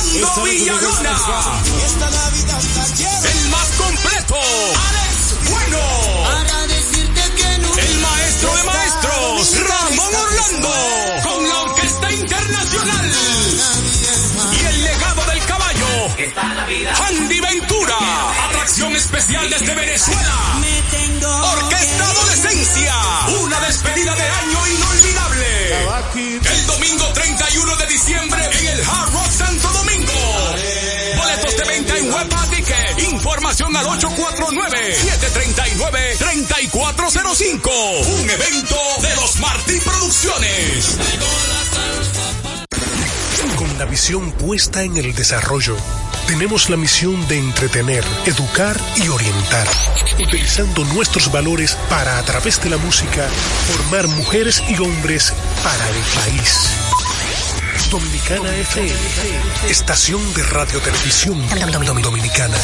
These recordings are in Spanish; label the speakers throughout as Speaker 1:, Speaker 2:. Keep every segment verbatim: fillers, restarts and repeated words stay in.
Speaker 1: Fernando Villalona. El más completo, Alex Bueno. El maestro de maestros, Ramón Orlando, con la Orquesta Internacional. Y el legado del caballo, Andy Ventura. Atracción especial desde Venezuela. Orquesta Adolescencia, una despedida de año inolvidable. El domingo treinta y uno de diciembre en el Hard Rock Santo Domingo. Boletos de venta en Huepa Ticket. Información al ocho cuatro nueve, siete tres nueve, tres cuatro cero cinco. Un evento de los Martí Producciones.
Speaker 2: Con la visión puesta en el desarrollo, tenemos la misión de entretener, educar y orientar, utilizando nuestros valores para, a través de la música, formar mujeres y hombres para el país. Dominicana F M, estación de radio televisión dominicana.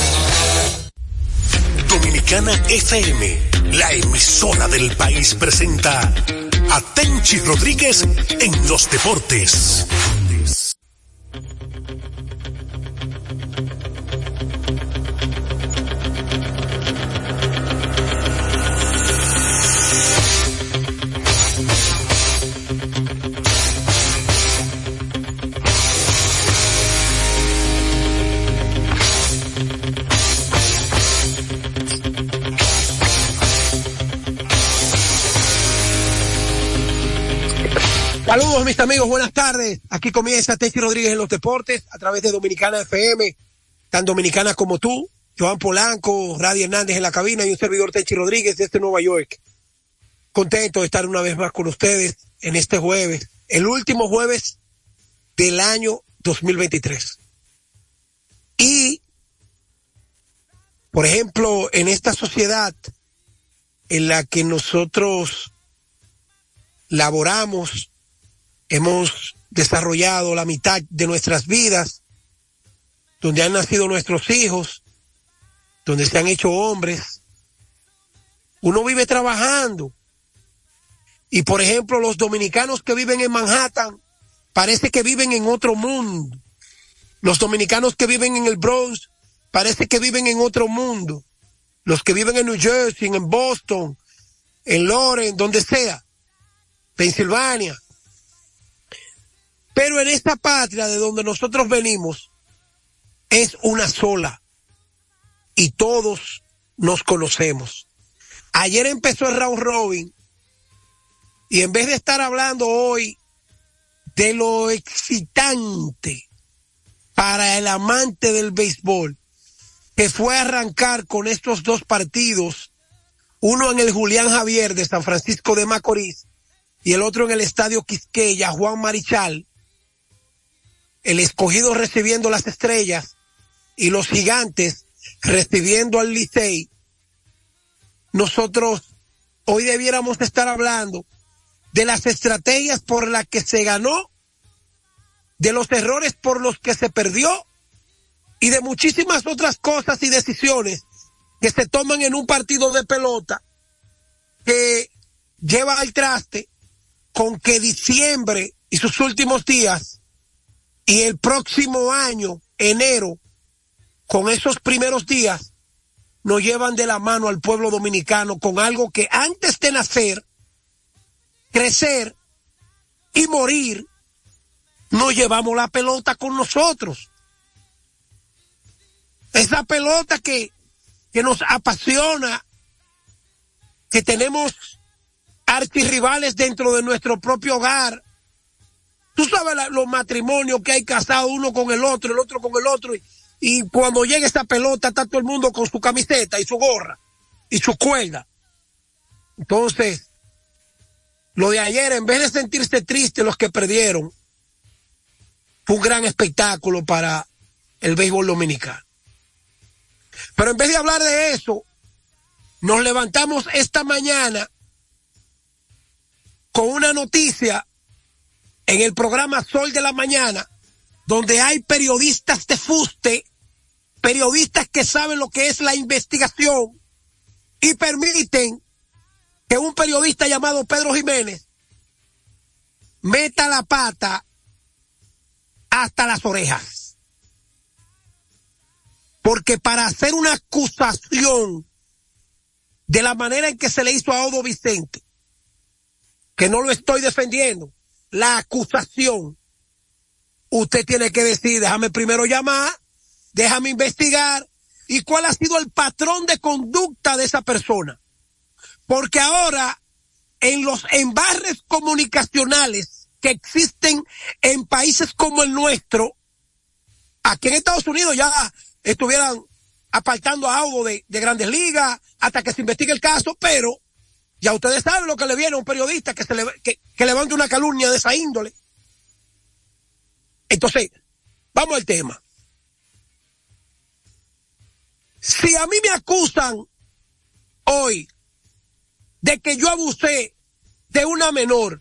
Speaker 2: Dominicana F M, la emisora del país, presenta a Tenchi Rodríguez en los deportes.
Speaker 3: Saludos mis amigos, buenas tardes. Aquí comienza Tenchi Rodríguez en los deportes a través de Dominicana F M, tan dominicana como tú, Joan Polanco, Radi Hernández en la cabina y un servidor Tenchi Rodríguez desde Nueva York. Contento de estar una vez más con ustedes en este jueves, el último jueves del año dos mil veintitrés. Y, por ejemplo, en esta sociedad en la que nosotros laboramos, hemos desarrollado la mitad de nuestras vidas, donde han nacido nuestros hijos, donde se han hecho hombres. Uno vive trabajando. Y por ejemplo, los dominicanos que viven en Manhattan, parece que viven en otro mundo. Los dominicanos que viven en el Bronx, parece que viven en otro mundo. Los que viven en New Jersey, en Boston, en Lawrence, donde sea, Pensilvania. Pero en esta patria de donde nosotros venimos es una sola y todos nos conocemos. Ayer empezó el round robin y en vez de estar hablando hoy de lo excitante para el amante del béisbol que fue a arrancar con estos dos partidos, uno en el Julián Javier de San Francisco de Macorís y el otro en el Estadio Quisqueya, Juan Marichal, el Escogido recibiendo las Estrellas y los Gigantes recibiendo al Licey, nosotros hoy debiéramos estar hablando de las estrategias por las que se ganó, de los errores por los que se perdió y de muchísimas otras cosas y decisiones que se toman en un partido de pelota que lleva al traste con que diciembre y sus últimos días y el próximo año, enero, con esos primeros días, nos llevan de la mano al pueblo dominicano con algo que antes de nacer, crecer y morir, nos llevamos la pelota con nosotros. Esa pelota que, que nos apasiona, que tenemos archirrivales dentro de nuestro propio hogar. Tú sabes la, los matrimonios que hay casados uno con el otro, el otro con el otro, y, y cuando llega esa pelota está todo el mundo con su camiseta y su gorra y su cuerda. Entonces, lo de ayer, en vez de sentirse tristes los que perdieron, fue un gran espectáculo para el béisbol dominicano. Pero en vez de hablar de eso, nos levantamos esta mañana con una noticia en el programa Sol de la Mañana, donde hay periodistas de fuste, periodistas que saben lo que es la investigación y permiten que un periodista llamado Pedro Jiménez meta la pata hasta las orejas. Porque para hacer una acusación de la manera en que se le hizo a Audo Vicente, que no lo estoy defendiendo, la acusación, usted tiene que decir, déjame primero llamar, déjame investigar, y cuál ha sido el patrón de conducta de esa persona. Porque ahora, en los embarres comunicacionales que existen en países como el nuestro, aquí en Estados Unidos ya estuvieran apartando a Audo de, de Grandes Ligas hasta que se investigue el caso, pero ya ustedes saben lo que le viene a un periodista que se le, que, que levante una calumnia de esa índole. Entonces, vamos al tema. Si a mí me acusan hoy de que yo abusé de una menor,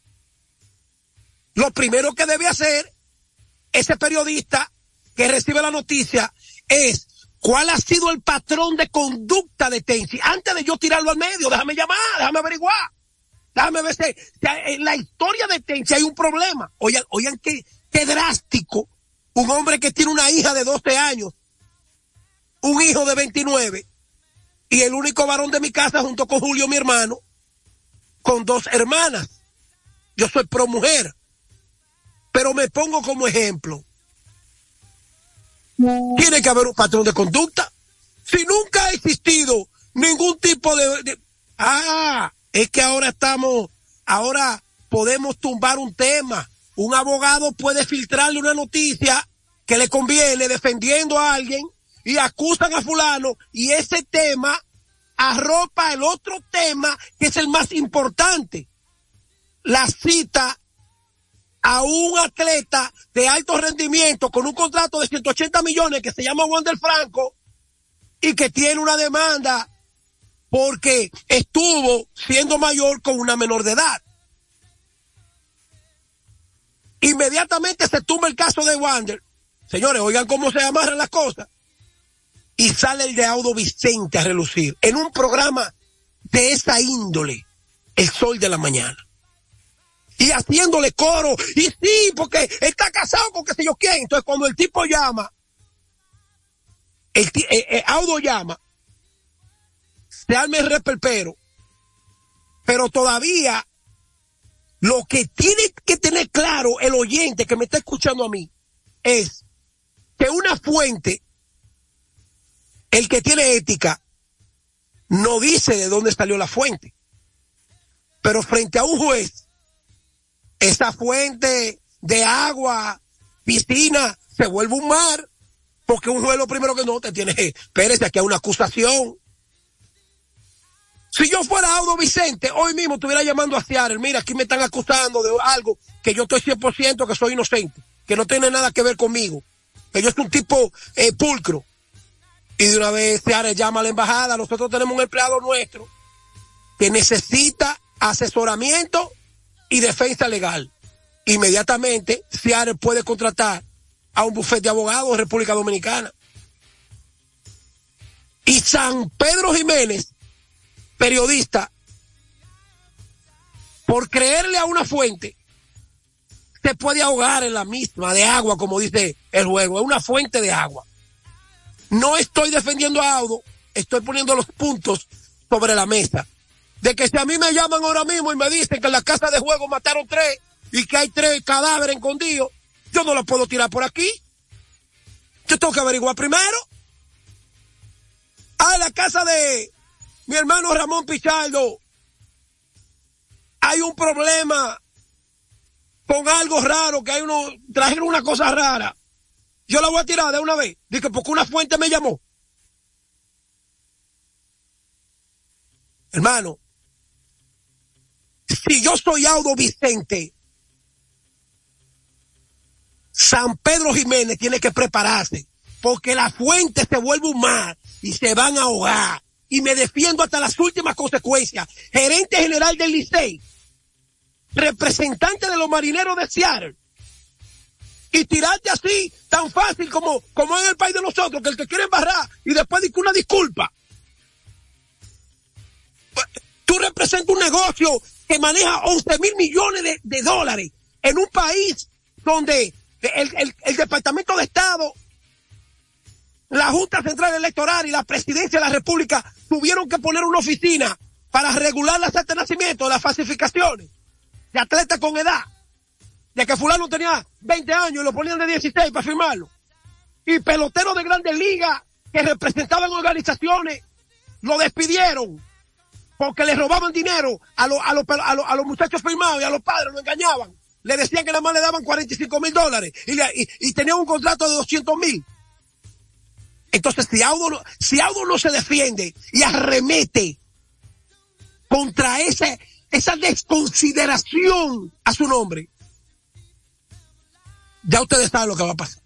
Speaker 3: lo primero que debe hacer ese periodista que recibe la noticia es cuál ha sido el patrón de conducta de Tenchi. Antes de yo tirarlo al medio, déjame llamar, déjame averiguar, déjame ver si, si en la historia de Tenchi hay un problema. Oigan, oigan qué, qué drástico, un hombre que tiene una hija de doce años, un hijo de veintinueve, y el único varón de mi casa junto con Julio, mi hermano, con dos hermanas. Yo soy pro mujer, pero me pongo como ejemplo. Tiene que haber un patrón de conducta. Si nunca ha existido ningún tipo de, de... Ah, es que ahora estamos, ahora podemos tumbar un tema. Un abogado puede filtrarle una noticia que le conviene defendiendo a alguien y acusan a fulano, y ese tema arropa el otro tema que es el más importante. La cita a un atleta de alto rendimiento con un contrato de ciento ochenta millones que se llama Wander Franco y que tiene una demanda porque estuvo siendo mayor con una menor de edad. Inmediatamente se tumba el caso de Wander. Señores, oigan cómo se amarran las cosas. Y sale el de Audo Vicente a relucir en un programa de esa índole, El Sol de la Mañana. Y haciéndole coro, y sí, porque está casado con qué sé yo quién. Entonces cuando el tipo llama, el t- eh, eh, Audo llama, se arma el reperpero, pero todavía lo que tiene que tener claro el oyente que me está escuchando a mí es que una fuente, el que tiene ética, no dice de dónde salió la fuente, pero frente a un juez, esa fuente de agua, piscina, se vuelve un mar, porque un juez lo primero que no te tiene, espérese, aquí hay una acusación. Si yo fuera Audo Vicente, hoy mismo estuviera llamando a Seattle, mira, aquí me están acusando de algo que yo estoy cien por ciento que soy inocente, que no tiene nada que ver conmigo, que yo soy un tipo eh, pulcro. Y de una vez Seattle llama a la embajada, nosotros tenemos un empleado nuestro que necesita asesoramiento y defensa legal. Inmediatamente Seattle puede contratar a un bufete de abogados de República Dominicana. Y San Pedro Jiménez, periodista, por creerle a una fuente, se puede ahogar en la misma de agua, como dice el juego, es una fuente de agua. No estoy defendiendo a Audo, estoy poniendo los puntos sobre la mesa. De que si a mí me llaman ahora mismo y me dicen que en la casa de juego mataron tres y que hay tres cadáveres escondidos, yo no los puedo tirar por aquí. Yo tengo que averiguar primero. Ah, en la casa de mi hermano Ramón Pichardo hay un problema con algo raro, que hay uno, trajeron una cosa rara. Yo la voy a tirar de una vez. Dice, porque una fuente me llamó. Hermano, si yo soy Audo Vicente, San Pedro Jiménez tiene que prepararse, porque la fuente se vuelve un mar y se van a ahogar. Y me defiendo hasta las últimas consecuencias. Gerente general del Licey, representante de los marineros de Seattle. Y tirarte así, tan fácil como, como en el país de nosotros, que el que quiere embarrar y después dice una disculpa. Tú representas un negocio que maneja once mil millones de, de dólares en un país donde el, el, el Departamento de Estado la Junta Central Electoral y la Presidencia de la República tuvieron que poner una oficina para regular las actas de nacimiento, las falsificaciones de atletas con edad, de que fulano tenía veinte años y lo ponían de dieciséis para firmarlo. Y peloteros de grandes ligas que representaban organizaciones lo despidieron porque les robaban dinero a, lo, a, lo, a, lo, a los muchachos firmados y a los padres lo engañaban. Le decían que nada más le daban cuarenta y cinco mil dólares y, le, y, y tenían un contrato de doscientos mil. Entonces, si Audo, si Audo no se defiende y arremete contra ese, esa desconsideración a su nombre, ya ustedes saben lo que va a pasar.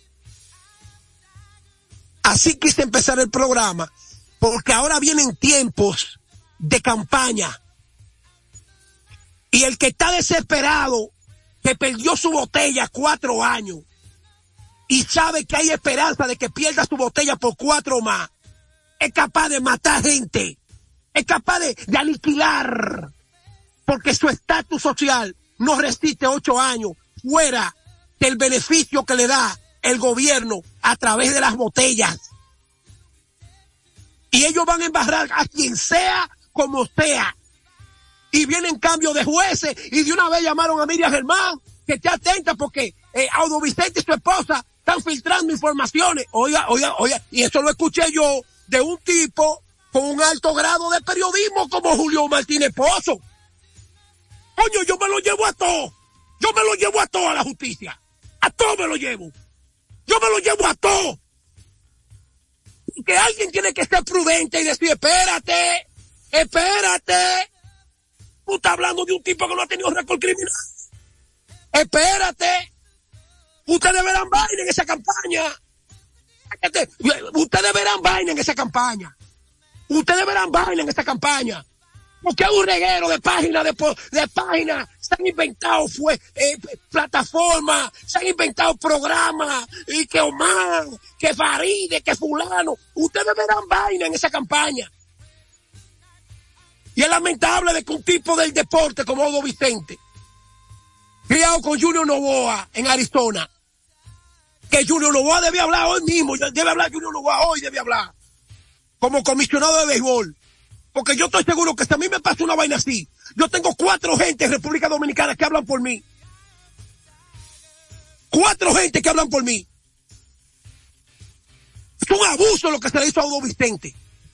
Speaker 3: Así quise empezar el programa, porque ahora vienen tiempos de campaña. Y el que está desesperado, que perdió su botella cuatro años, y sabe que hay esperanza de que pierda su botella por cuatro más, es capaz de matar gente, es capaz de, de aniquilar, porque su estatus social no resiste ocho años fuera del beneficio que le da el gobierno a través de las botellas. Y ellos van a embarrar a quien sea como sea. Y vienen cambios de jueces y de una vez llamaron a Miriam Germán que esté atenta porque eh, Audo Vicente y su esposa están filtrando informaciones. Oiga, oiga, oiga, y eso lo escuché yo de un tipo con un alto grado de periodismo como Julio Martínez Pozo. Coño, yo me lo llevo a todo. Yo me lo llevo a todo a la justicia. A todo me lo llevo. Yo me lo llevo a todo. Y que alguien tiene que ser prudente y decir, espérate, espérate. Tú estás hablando de un tipo que no ha tenido récord criminal. Espérate. Ustedes verán vaina en esa campaña. Ustedes verán vaina en esa campaña. Ustedes verán vaina en esa campaña. Porque hay un reguero de páginas, de, de páginas, se han inventado fue, eh, plataformas, se han inventado programas, y que Omar, que Faride, que fulano. Ustedes verán vaina en esa campaña. Y es lamentable de que un tipo del deporte como Audo Vicente, criado con Junior Novoa en Arizona, que Junior Novoa debe hablar hoy mismo, debe hablar Junior Novoa hoy, debe hablar, como comisionado de béisbol. Porque yo estoy seguro que si a mí me pasa una vaina así, yo tengo cuatro gente en República Dominicana que hablan por mí. Cuatro gente que hablan por mí. Es un abuso lo que se le hizo a Audo Vicente.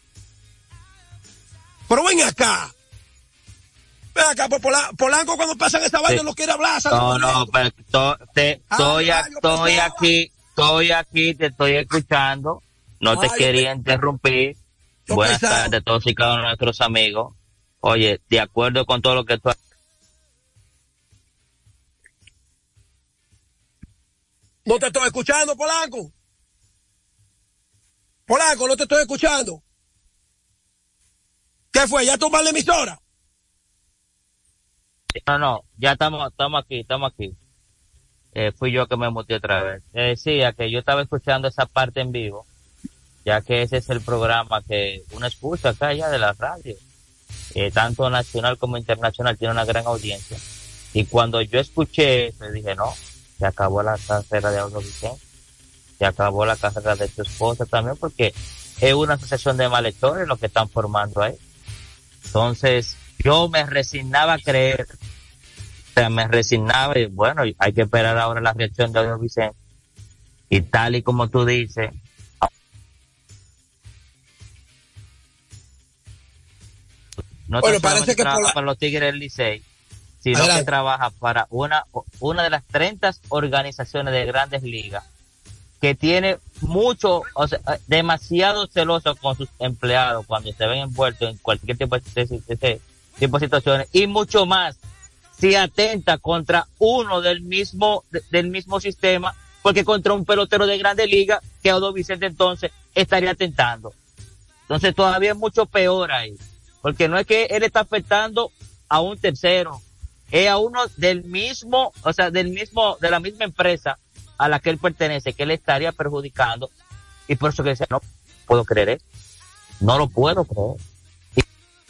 Speaker 3: Pero ven acá. Ven acá, por Polanco cuando pasan esa vaina sí. No quiere hablar.
Speaker 4: No, no, pero to, te, ah, estoy, a, estoy aquí, estoy aquí, te estoy escuchando. No te Ay, quería interrumpir. Buenas pensaba. tardes a todos y cada uno de nuestros amigos. Oye, de acuerdo con todo lo que tú...
Speaker 3: No te estoy escuchando, Polanco. Polanco, no te estoy escuchando. ¿Qué fue? ¿Ya tomaste la emisora?
Speaker 4: No, no, ya estamos, estamos aquí, estamos aquí. Eh, fui yo que me muteé otra vez. Te decía que yo estaba escuchando esa parte en vivo, ya que ese es el programa que uno escucha acá ya de la radio, eh, tanto nacional como internacional, tiene una gran audiencia. Y cuando yo escuché eso, dije, no, se acabó la carrera de Audo Vicente, se acabó la carrera de tu esposa también, porque es una asociación de malhechores lo que están formando ahí. Entonces, yo me resignaba a creer, o sea, me resignaba y bueno, hay que esperar ahora la reacción de Audo Vicente. Y tal y como tú dices, no bueno, parece que trabaja la... para los Tigres del Licey, sino Adelante. que trabaja para una, una de las treinta organizaciones de Grandes Ligas que tiene mucho, o sea, demasiado celoso con sus empleados cuando se ven envueltos en cualquier tipo de, de, de, de, tipo de situaciones, y mucho más si atenta contra uno del mismo, de, del mismo sistema, porque contra un pelotero de Grandes Ligas que Audo Vicente entonces estaría atentando. Entonces todavía es mucho peor ahí, porque no es que él está afectando a un tercero, es a uno del mismo, o sea, del mismo, de la misma empresa a la que él pertenece, que él estaría perjudicando, y por eso que dice, no puedo creer eso, no lo puedo creer. Y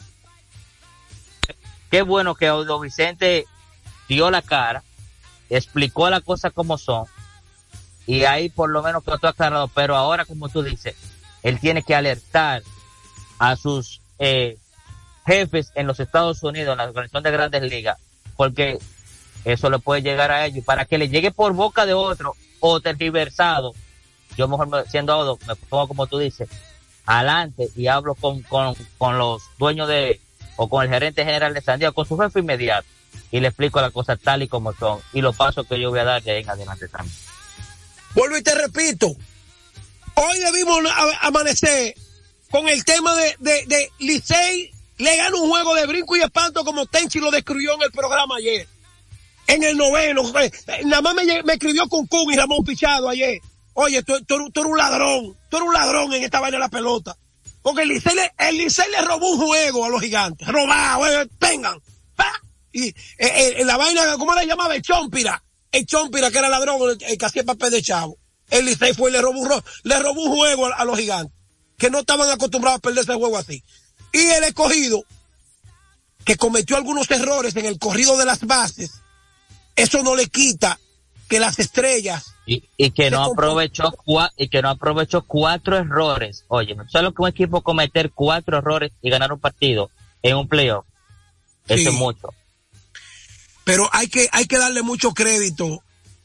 Speaker 4: qué bueno que Audo Vicente dio la cara, explicó las cosas como son, y ahí por lo menos quedó todo aclarado, pero ahora, como tú dices, él tiene que alertar a sus eh, jefes en los Estados Unidos, en la organización de Grandes Ligas, porque eso le puede llegar a ellos, para que le llegue por boca de otro o tergiversado. Yo mejor me, siendo audo, me pongo como tú dices, adelante y hablo con, con, con los dueños de, o con el gerente general de San Diego, con su jefe inmediato, y le explico las cosas tal y como son, y los pasos que yo voy a dar de ahí en adelante también.
Speaker 3: Vuelvo y te repito, hoy debimos amanecer con el tema de, de, de Licey le gana un juego de brinco y espanto como Tenchi lo describió en el programa ayer. En el noveno, nada más me, me escribió con Kun y Ramón Pichado ayer. Oye, tú, tú, tú eres un ladrón, tú eres un ladrón en esta vaina de la pelota. Porque el Licey le, el Licey le robó un juego a los gigantes. Robado, eh, tengan. ¡Pah! Y eh, eh, la vaina, ¿cómo le llamaba? El Chompira. El Chompira, que era ladrón, el, el que hacía papel de chavo. El Licey fue y le robó un, le robó un juego a, a los gigantes, que no estaban acostumbrados a perder ese juego así. Y el Escogido, que cometió algunos errores en el corrido de las bases, eso no le quita que las estrellas
Speaker 4: y, y que no aprovechó cua, y que no aprovechó cuatro errores. Oye, solo que un equipo cometer cuatro errores y ganar un partido en un playoff, sí, eso es mucho.
Speaker 3: Pero hay que hay que darle mucho crédito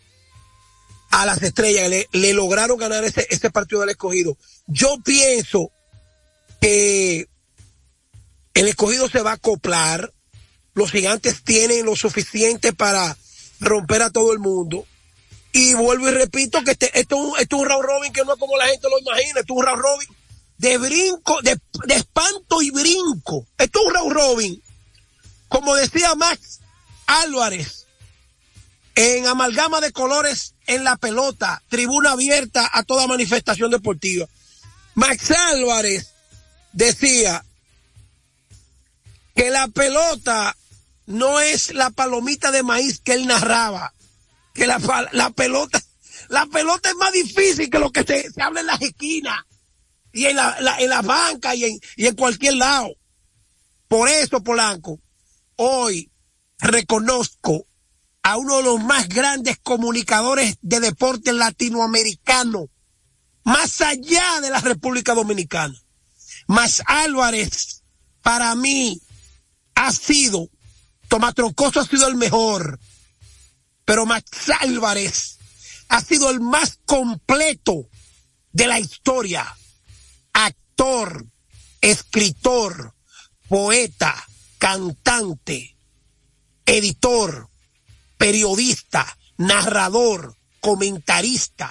Speaker 3: a las estrellas, le, le lograron ganar ese ese partido del Escogido. Yo pienso que el Escogido se va a acoplar, los gigantes tienen lo suficiente para romper a todo el mundo, y vuelvo y repito que este, esto, esto es un round robin que no es como la gente lo imagina, esto es un round robin de brinco, de, de espanto y brinco, esto es un round robin, como decía Max Álvarez, en Amalgama de Colores en la Pelota, tribuna abierta a toda manifestación deportiva. Max Álvarez decía que la pelota no es la palomita de maíz que él narraba, que la, la pelota, la pelota es más difícil que lo que se, se habla en las esquinas y en la, la en las bancas y en, y en cualquier lado. Por eso, Polanco, hoy reconozco a uno de los más grandes comunicadores de deporte latinoamericano, más allá de la República Dominicana. Max Álvarez, para mí, ha sido, Tomás Troncoso ha sido el mejor, pero Max Álvarez ha sido el más completo de la historia. Actor, escritor, poeta, cantante, editor, periodista, narrador, comentarista,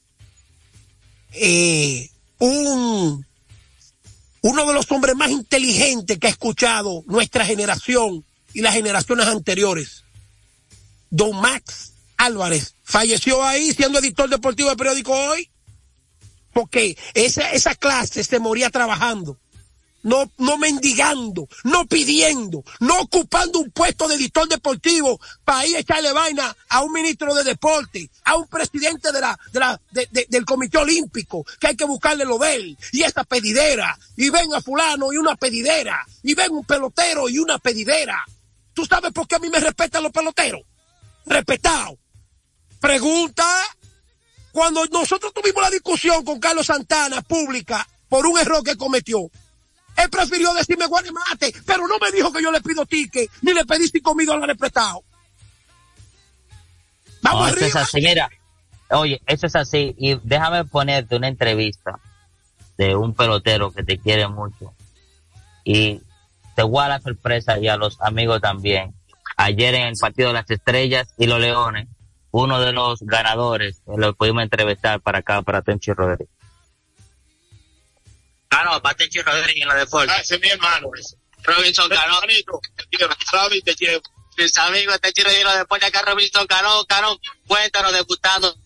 Speaker 3: eh, un, uno de los hombres más inteligentes que ha escuchado nuestra generación y las generaciones anteriores. Don Max Álvarez falleció ahí siendo editor deportivo del periódico Hoy, porque esa, esa clase se moría trabajando. No, no mendigando, no pidiendo, no ocupando un puesto de editor deportivo para ir a echarle vaina a un ministro de deporte, a un presidente de la, de la, de, de, del Comité Olímpico, que hay que buscarle lo de él, y esa pedidera, y ven a fulano y una pedidera, y ven un pelotero y una pedidera. ¿Tú sabes por qué a mí me respetan los peloteros? Respetado. Pregunta, cuando nosotros tuvimos la discusión con Carlos Santana pública por un error que cometió, él prefirió decirme guaremate, pero no me dijo que yo le pido ticket, ni le pedí cinco mil dólares prestado. Vamos
Speaker 4: no,
Speaker 3: arriba.
Speaker 4: Eso es así, mira, oye, eso es así, y déjame ponerte una entrevista de un pelotero que te quiere mucho, y te voy a la sorpresa y a los amigos también. Ayer en el partido de las Estrellas y los Leones, uno de los ganadores, lo pudimos entrevistar para acá, para Tenchi Rodríguez.
Speaker 5: Ah, no, para Tenchi Rodríguez en la deporte. Ah, ese es mi hermano. Ese. Robinson Cano. Robin, te quiero. Mis amigos, Tenchi Rodríguez en la deporte, acá Robinson Cano. Cano, cuéntanos, debutando.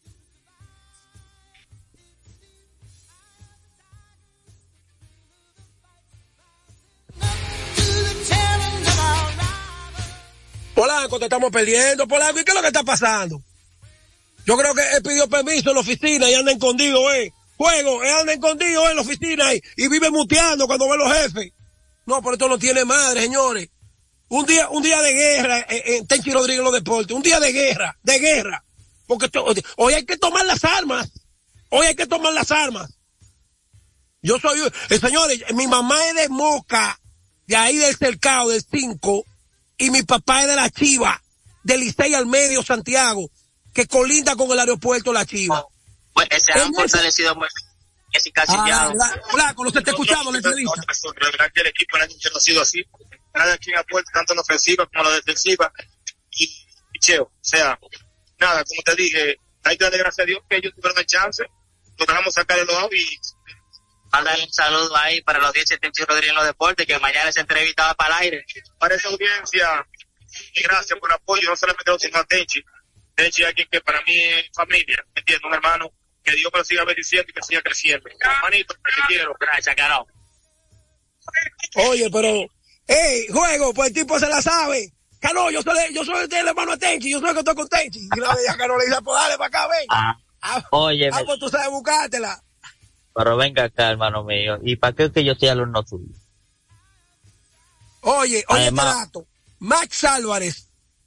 Speaker 3: Polanco, te estamos perdiendo, Polanco. ¿Y qué es lo que está pasando? Yo creo que él pidió permiso en la oficina y anda escondido, eh. Juego, él anda escondido en la oficina y, y vive muteando cuando ve a los jefes. No, pero esto no tiene madre, señores. Un día, un día de guerra en, en Tenchi Rodríguez en los deportes. Un día de guerra, de guerra. porque to, hoy hay que tomar las armas, hoy hay que tomar las armas. Yo soy, eh, señores, mi mamá es de Moca, de ahí del Cercado, del cinco, y mi papá es de la Chiva, del Licey al Medio, Santiago, que colinda con el aeropuerto La Chiva.
Speaker 5: Oh, pues ese han fortalecido muy casi casi
Speaker 3: ah,
Speaker 5: ya.
Speaker 3: Flaco, no se está escuchando la entrevista.
Speaker 5: La verdad que el equipo del año no ha sido así. Cada quien aporta tanto en la ofensiva como en la defensiva. Y, y cheo, o sea, nada, como te dije, hay que darle gracias a Dios que ellos tuvieron el chance, logramos sacar el lado y mandarle un saludo ahí para los diez de Tenchi Rodríguez en los deportes, que mañana esa entrevista va para el aire. Para esa audiencia, y gracias por el apoyo, no solamente sino a Tenchi. Tenchi es alguien que para mí es familia, ¿me entiendes? Un hermano que Dios me lo siga bendiciendo y que siga creciendo. Hermanito, te quiero. Gracias, Cano.
Speaker 3: Oye, pero, hey, juego, pues el tipo se la sabe. Cano, yo soy, yo soy el hermano de Tenchi, yo soy el que estoy con Tenchi. Y la de Cano le dice, pues dale para acá, ven.
Speaker 4: Ah,
Speaker 3: ah,
Speaker 4: oye,
Speaker 3: ah, pues tú sabes buscártela.
Speaker 4: Pero venga acá, hermano mío. ¿Y para qué es que yo soy alumno suyo?
Speaker 3: Oye, oye,
Speaker 4: Además,
Speaker 3: este dato. Max Álvarez.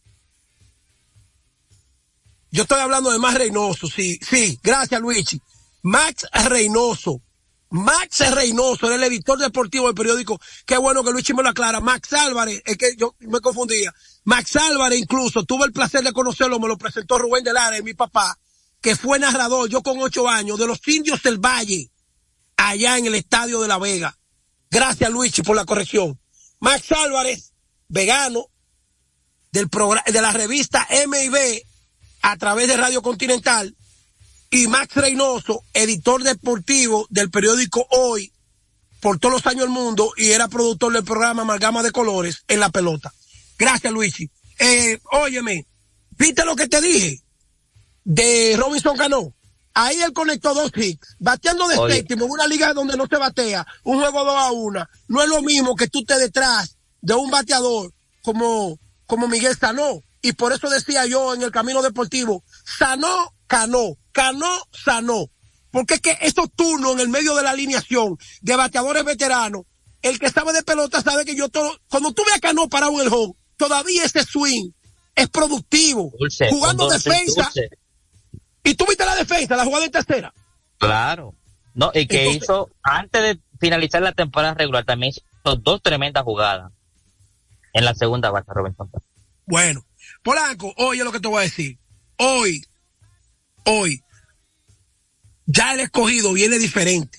Speaker 3: Yo estoy hablando de Max Reynoso, sí, sí, gracias Luigi. Max Reynoso. Max Reynoso era el editor deportivo del periódico. Qué bueno que Luigi me lo aclara. Max Álvarez, es que yo me confundía. Max Álvarez incluso, tuve el placer de conocerlo, me lo presentó Rubén de Lara, mi papá, que fue narrador, yo con ocho años, de los Indios del Valle, allá en el Estadio de La Vega. Gracias Luigi por la corrección. Max Álvarez, vegano, del programa, de la revista M I B, a través de Radio Continental, y Max Reynoso, editor deportivo del periódico Hoy, por todos los años del mundo, y era productor del programa Amalgama de Colores en La Pelota. Gracias, Luigi. Eh, óyeme, ¿viste lo que te dije? De Robinson Cano. Ahí él conectó dos hits, bateando de Oye. séptimo en una liga donde no se batea, un juego dos a una. No es lo mismo que tú estés detrás de un bateador como, como Miguel Sanó. Y por eso decía yo en el camino deportivo, Sanó, Cano, Cano, Sanó. Porque es que esos turnos en el medio de la alineación de bateadores veteranos, el que sabe de pelota sabe que yo todo, cuando tú ves a Cano parado en el home, todavía ese swing es productivo.
Speaker 4: Dulce,
Speaker 3: jugando
Speaker 4: dulce,
Speaker 3: defensa.
Speaker 4: Dulce.
Speaker 3: ¿Y tú viste la defensa, la jugada en tercera?
Speaker 4: Claro. No, y que
Speaker 3: Entonces,
Speaker 4: hizo, antes de finalizar la temporada regular, también hizo dos tremendas jugadas en la segunda base, Robinson.
Speaker 3: Bueno, Polanco, oye lo que te voy a decir. Hoy, hoy, ya el escogido viene diferente.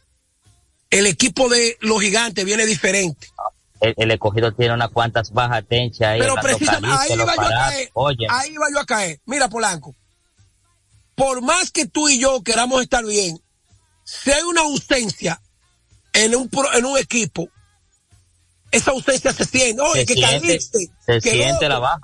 Speaker 3: El equipo de los Gigantes viene diferente.
Speaker 4: El, el escogido tiene unas cuantas bajas, Tenchi ahí.
Speaker 3: Pero precisamente, ahí iba yo a caer.
Speaker 4: Oye.
Speaker 3: Ahí iba yo a caer. Mira, Polanco. Por más que tú y yo queramos estar bien, si hay una ausencia en un pro, en un equipo, esa ausencia se siente. Oye,
Speaker 4: se
Speaker 3: que
Speaker 4: siente,
Speaker 3: caíste.
Speaker 4: Se
Speaker 3: que
Speaker 4: siente
Speaker 3: otro,
Speaker 4: la baja.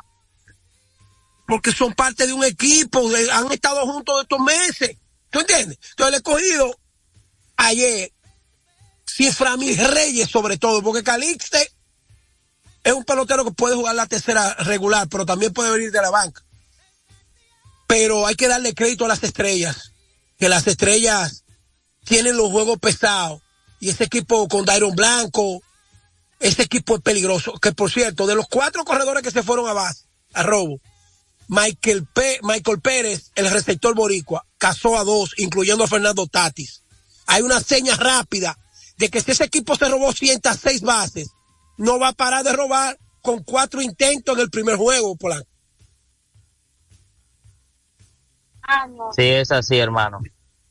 Speaker 3: Porque son parte de un equipo, de, han estado juntos estos meses. ¿Tú entiendes? Entonces el escogido ayer, cifra mil Reyes sobre todo, porque Calixte es un pelotero que puede jugar la tercera regular, pero también puede venir de la banca. Pero hay que darle crédito a las estrellas, que las estrellas tienen los juegos pesados, y ese equipo con Dairon Blanco, ese equipo es peligroso, que por cierto, de los cuatro corredores que se fueron a base, a robo, Michael, P, Michael Pérez, el receptor boricua, cazó a dos, incluyendo a Fernando Tatis. Hay una seña rápida de que si ese equipo se robó ciento seis bases, no va a parar de robar con cuatro intentos en el primer juego, Polanco.
Speaker 4: Sí, es así, hermano.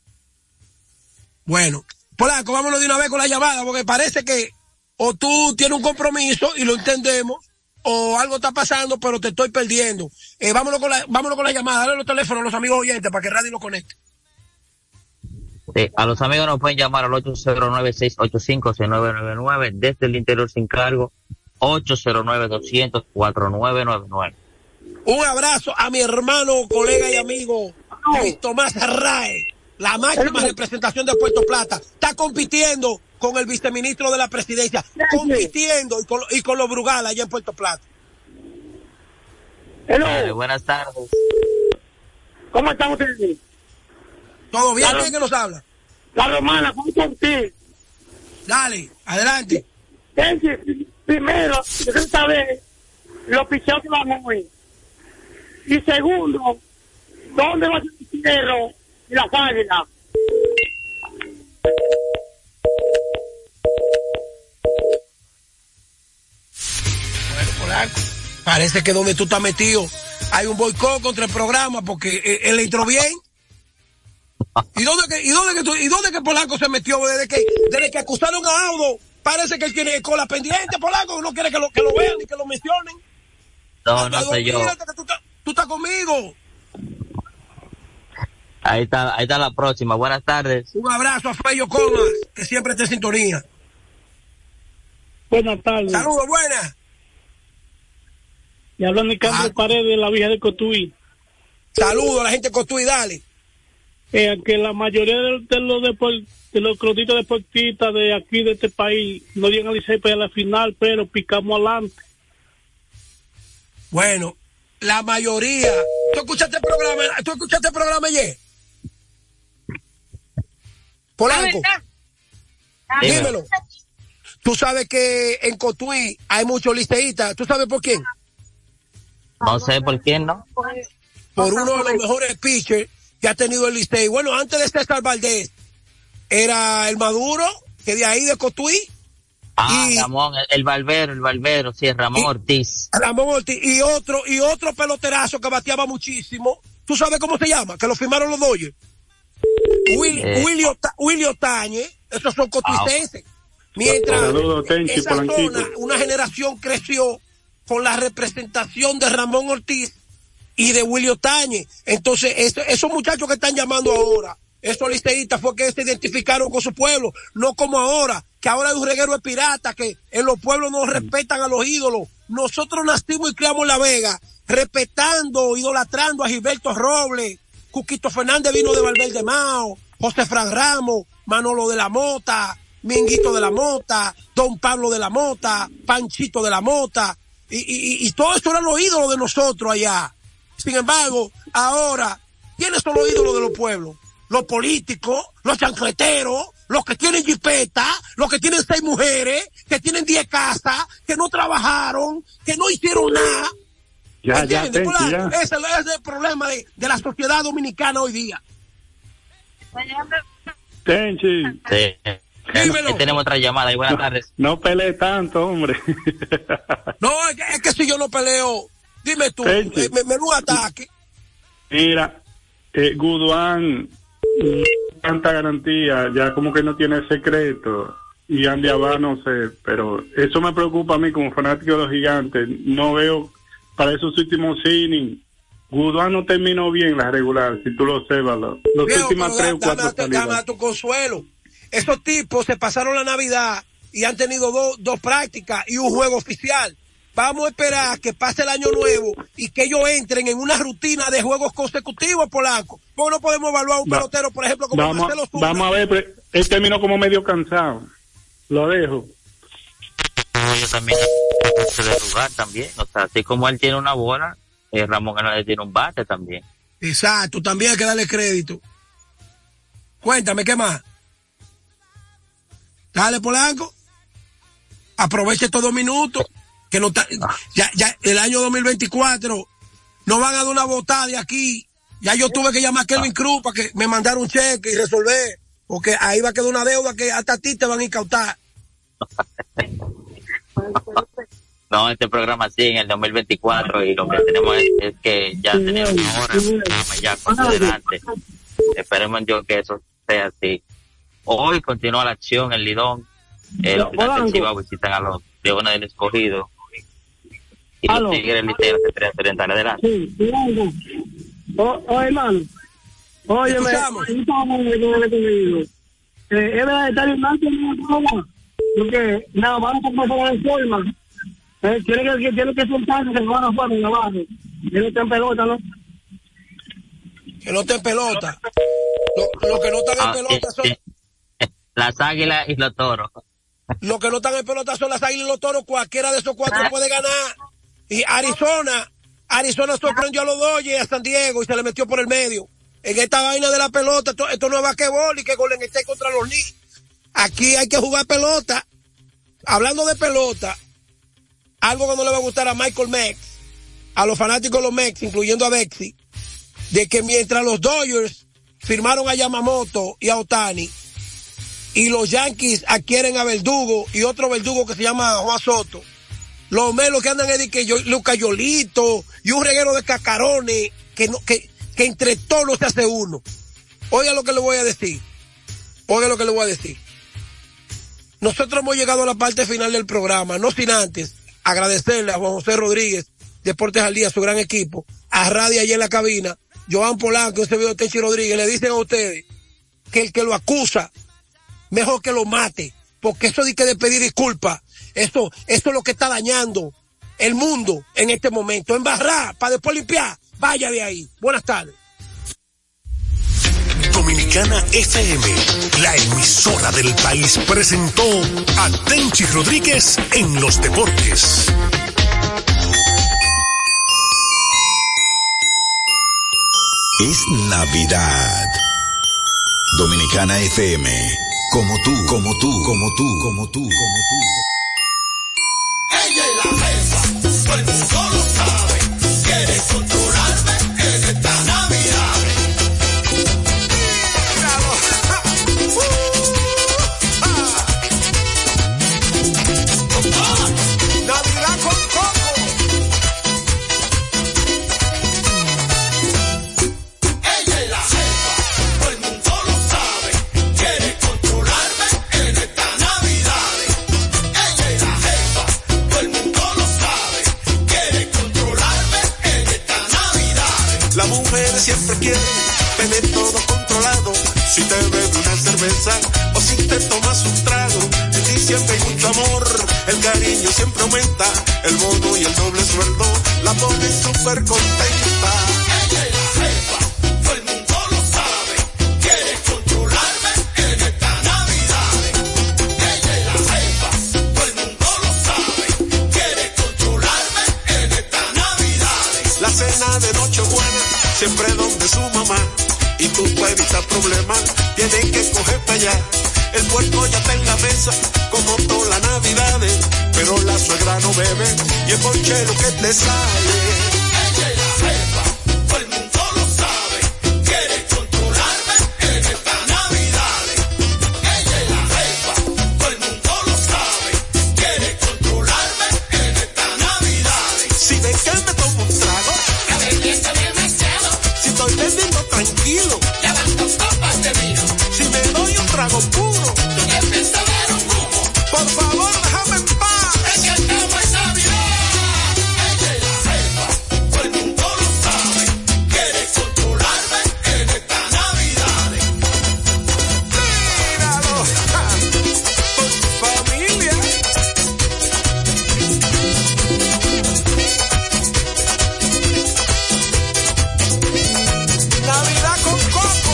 Speaker 3: Bueno, Polanco, vámonos de una vez con la llamada, porque parece que o tú tienes un compromiso y lo entendemos, o algo está pasando, pero te estoy perdiendo. Eh, vámonos con la, vámonos con la llamada, dale los teléfonos a los amigos oyentes para que Radio lo conecte.
Speaker 4: Sí, a los amigos nos pueden llamar al ocho cero nueve, seis ocho cinco, seis nueve nueve nueve, desde el interior sin cargo, ocho cero nueve, doscientos, cuarenta y nueve noventa y nueve.
Speaker 3: Un abrazo a mi hermano, colega y amigo, Luis Tomás Arrae, la máxima representación de Puerto Plata. Está compitiendo con el viceministro de la presidencia, compitiendo y con, y con los Brugal allá en Puerto Plata.
Speaker 4: Hello. Buenas tardes.
Speaker 6: ¿Cómo están ustedes?
Speaker 3: ¿Todo bien? ¿Quién que nos habla?
Speaker 6: La Romana, ¿cómo están ustedes?
Speaker 3: Dale, adelante.
Speaker 6: Primero, yo quiero saber los picheos que van hoy. Y segundo, ¿Dónde va el dinero y las águilas?
Speaker 3: Bueno, Polanco, parece que donde tú estás metido hay un boicot contra el programa porque él le entró bien. ¿Y dónde que, y dónde que, tú, y dónde que Polanco se metió desde que, desde que acusaron a Audo? Parece que él tiene cola pendiente, Polanco, no quiere que lo, que lo vean ni que lo mencionen.
Speaker 4: No, no soy yo.
Speaker 3: Tú, tú estás conmigo.
Speaker 4: Ahí está, ahí está la próxima. Buenas tardes.
Speaker 3: Un abrazo a Feyo Comas, que siempre está en sintonía.
Speaker 6: Buenas tardes.
Speaker 3: Saludos, buenas.
Speaker 6: Y hablan de Cambio de Pared de la vieja de Cotuí.
Speaker 3: Saludos a la gente de Cotuí, dale.
Speaker 6: Eh, que la mayoría de, de los deport, de los cronistas deportistas de aquí, de este país, no llegan al Licey para la final, pero picamos adelante.
Speaker 3: Bueno, la mayoría. ¿Tú escuchaste el programa? ¿Tú escuchaste el programa ayer? Polanco. Dímelo. Tú sabes que en Cotuí hay muchos liceístas. ¿Tú sabes por quién?
Speaker 4: No sé por quién, ¿no?
Speaker 3: Por uno de los mejores pitchers que ha tenido el Licey. Bueno, antes de César Valdés, era el Maduro, que de ahí de Cotuí.
Speaker 4: Ah,
Speaker 3: y,
Speaker 4: Ramón, el, el Barbero, el Barbero, sí, Ramón
Speaker 3: y,
Speaker 4: Ortiz.
Speaker 3: Ramón Ortiz, y otro, y otro peloterazo que bateaba muchísimo. ¿Tú sabes cómo se llama? Que lo firmaron los Dodgers. Willy, eh. Willy, Ota, Willy Otañe, esos son cotuicenses. Ah, Mientras
Speaker 6: Saludos, Tenchi,
Speaker 3: esa
Speaker 6: Polanquito.
Speaker 3: zona, una generación creció con la representación de Ramón Ortiz y de Willy Otañe. Entonces, eso, esos muchachos que están llamando ahora, esos liceístas fue que se identificaron con su pueblo, no como ahora, que ahora hay un reguero de piratas, que en los pueblos no respetan a los ídolos. Nosotros nacimos y criamos en La Vega, respetando, idolatrando a Gilberto Robles, Cuquito Fernández vino de Valverde Mao, José Fran Ramos, Manolo de la Mota, Minguito de la Mota, Don Pablo de la Mota, Panchito de la Mota, y, y, y todo eso eran los ídolos de nosotros allá. Sin embargo, ahora, ¿quiénes son los ídolos de los pueblos? Los políticos, los chancleteros, los que tienen jipeta, los que tienen seis mujeres, que tienen diez casas, que no trabajaron, que no hicieron nada.
Speaker 6: Ya, ya, Tenchi, ya.
Speaker 3: Ese, ese es el problema de, de la sociedad dominicana hoy día.
Speaker 6: Tenchi.
Speaker 4: Sí. Dímelo. Tenemos otra llamada y buenas
Speaker 6: no,
Speaker 4: tardes.
Speaker 6: No pelees tanto, hombre.
Speaker 3: No, es que, es que si yo no peleo, dime tú, eh, me, me un ataque.
Speaker 6: Mira, eh, Guduán, tanta garantía, ya como que no tiene secreto. Y Andy Abad no sé, pero eso me preocupa a mí como fanático de los Gigantes. No veo para esos últimos innings. Guduán no terminó bien la regular, si tú lo sabes, los, los
Speaker 3: Viejo,
Speaker 6: últimos tres o cuatro
Speaker 3: dame,
Speaker 6: salidas.
Speaker 3: Dame a tu consuelo. Esos tipos se pasaron la Navidad y han tenido do, dos prácticas y un juego oficial. Vamos a esperar que pase el año nuevo y que ellos entren en una rutina de juegos consecutivos, Polanco. Porque no podemos evaluar a un Va, pelotero, por ejemplo, como
Speaker 6: vamos,
Speaker 3: Marcelo Zuna.
Speaker 6: Vamos a ver, pero él terminó como medio cansado. Lo dejo.
Speaker 4: Yo también se de lugar también. O sea, así como él tiene una bola, eh, Ramón Hernández tiene un bate también.
Speaker 3: Exacto, también hay que darle crédito. Cuéntame, ¿qué más? Dale, Polanco. Aproveche estos dos minutos. Que no ta, ya, ya, el año dos mil veinticuatro no van a dar una botada de aquí. Ya yo tuve que llamar a Kelvin Cruz para que me mandara un cheque y resolver. Porque ahí va a quedar una deuda que hasta a ti te van a incautar.
Speaker 4: No, este programa sigue en el dos mil veinticuatro y lo que tenemos es, es que ya tenemos una hora ya con adelante. Esperemos yo que eso sea así. Hoy continúa la acción en Lidón. El final del Cibao visitan a los Leones del Escogido. Y los Tigres Licey se treinta treinta adelante.
Speaker 6: Sí, oh, oh, hermano. Oye, me estamos conmigo. Eh, es verdad, estar en marcha no porque nada más no se puede en forma. Eh, tiene que, tiene que soltarse, que se van a jugar en la base. Que no está en pelota, ¿no?
Speaker 3: Que no está en pelota. Lo, lo que no están
Speaker 4: ah,
Speaker 3: en pelota
Speaker 4: eh,
Speaker 3: son...
Speaker 4: Eh, las águilas y los toros.
Speaker 3: Los que no están en pelota son las águilas y los toros. Cualquiera de esos cuatro puede ganar. Y Arizona, Arizona sorprendió a los Dodgers y a San Diego y se le metió por el medio. En esta vaina de la pelota, esto, esto no es basquetbol y que Golden State contra los Knicks. Aquí hay que jugar pelota. Hablando de pelota, algo que no le va a gustar a Michael Mex, a los fanáticos de los Mex, incluyendo a Bexy, de que mientras los Dodgers firmaron a Yamamoto y a Ohtani, y los Yankees adquieren a Verdugo y otro Verdugo que se llama Juan Soto, los melos que andan es de que yo, Lucas Yolito y un reguero de cacarones que, no, que, que entre todos se hace uno. Oiga lo que le voy a decir. Oiga lo que le voy a decir. Nosotros hemos llegado a la parte final del programa, no sin antes agradecerle a Juan José Rodríguez, Deportes al Día, su gran equipo, a Radio allá en la cabina, Joan Polanco, ese video Tenchi Rodríguez, le dicen a ustedes que el que lo acusa, mejor que lo mate, porque eso de que de pedir disculpas, eso, eso es lo que está dañando el mundo en este momento. Embarrar para después limpiar, vaya de ahí. Buenas tardes.
Speaker 2: Dominicana F M, la emisora del país, presentó a Tenchi Rodríguez en los deportes.
Speaker 7: Es Navidad. Dominicana F M, como tú, como tú, como tú, como tú, como tú.
Speaker 1: Ella es la jefa, todo el mundo lo sabe. Quiere controlarme en esta Navidad.
Speaker 3: Navidad con Coco.
Speaker 1: Ella es la jefa, todo el mundo lo sabe. Quiere controlarme en esta Navidad. Ella es la jefa, todo el mundo lo sabe. Quiere controlarme en esta Navidad.
Speaker 8: La mujer siempre quiere tener todo controlado. Si te bebe una cerveza o si te tomas un trago, en diciembre hay mucho amor, el cariño siempre aumenta, el bono y el doble sueldo la ponen súper contenta.
Speaker 1: Ella es la jefa, todo el mundo lo sabe. Quiere controlarme en esta Navidad. Ella es la jefa, todo el mundo lo sabe. Quiere controlarme en esta Navidad.
Speaker 8: La cena de Nochebuena, siempre donde su mamá, y tú para evitar problemas, tienes que coger para allá. El puerco ya está en la mesa, como todas las navidades, pero la suegra no bebe, y el ponchero que te sale.
Speaker 1: Ella es la jefa, todo el mundo lo sabe. Quiere controlarme en esta Navidad. Ella es la jefa, todo el mundo lo sabe. Quiere controlarme en esta Navidad.
Speaker 8: Si ven que me tomo un trago,
Speaker 1: La bebiendo demasiado,
Speaker 8: si estoy bebiendo tranquilo,
Speaker 1: ya van dos copas de vino.
Speaker 8: si me doy un trago puro,
Speaker 1: Tú que piensas ver un humo,
Speaker 8: por favor déjame en paz.
Speaker 1: es que estamos en Navidad. Ella es la jefa, todo el mundo lo sabe. Quiere controlarme en esta Navidad.
Speaker 8: Míralo, ja, por familia. Navidad con Coco.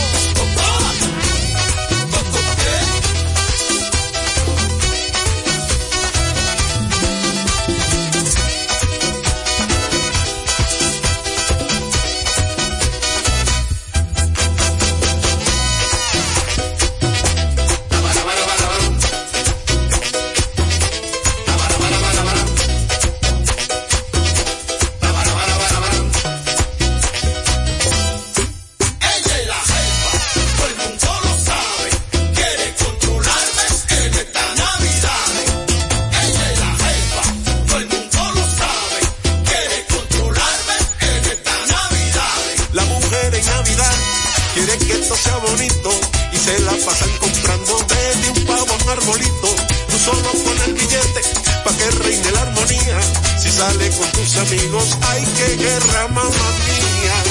Speaker 1: Ella es la jefa, todo el mundo lo sabe. Quiere controlarme en esta Navidad. Ella es la jefa, todo el mundo lo sabe. Quiere controlarme en esta Navidad.
Speaker 8: La mujer en Navidad quiere que esto sea bonito y se la pasan comprando desde un pavo a un arbolito. Tú solo pon el billete pa' que reine la armonía. Si sale con tus amigos, ay, qué guerra, mamá mía.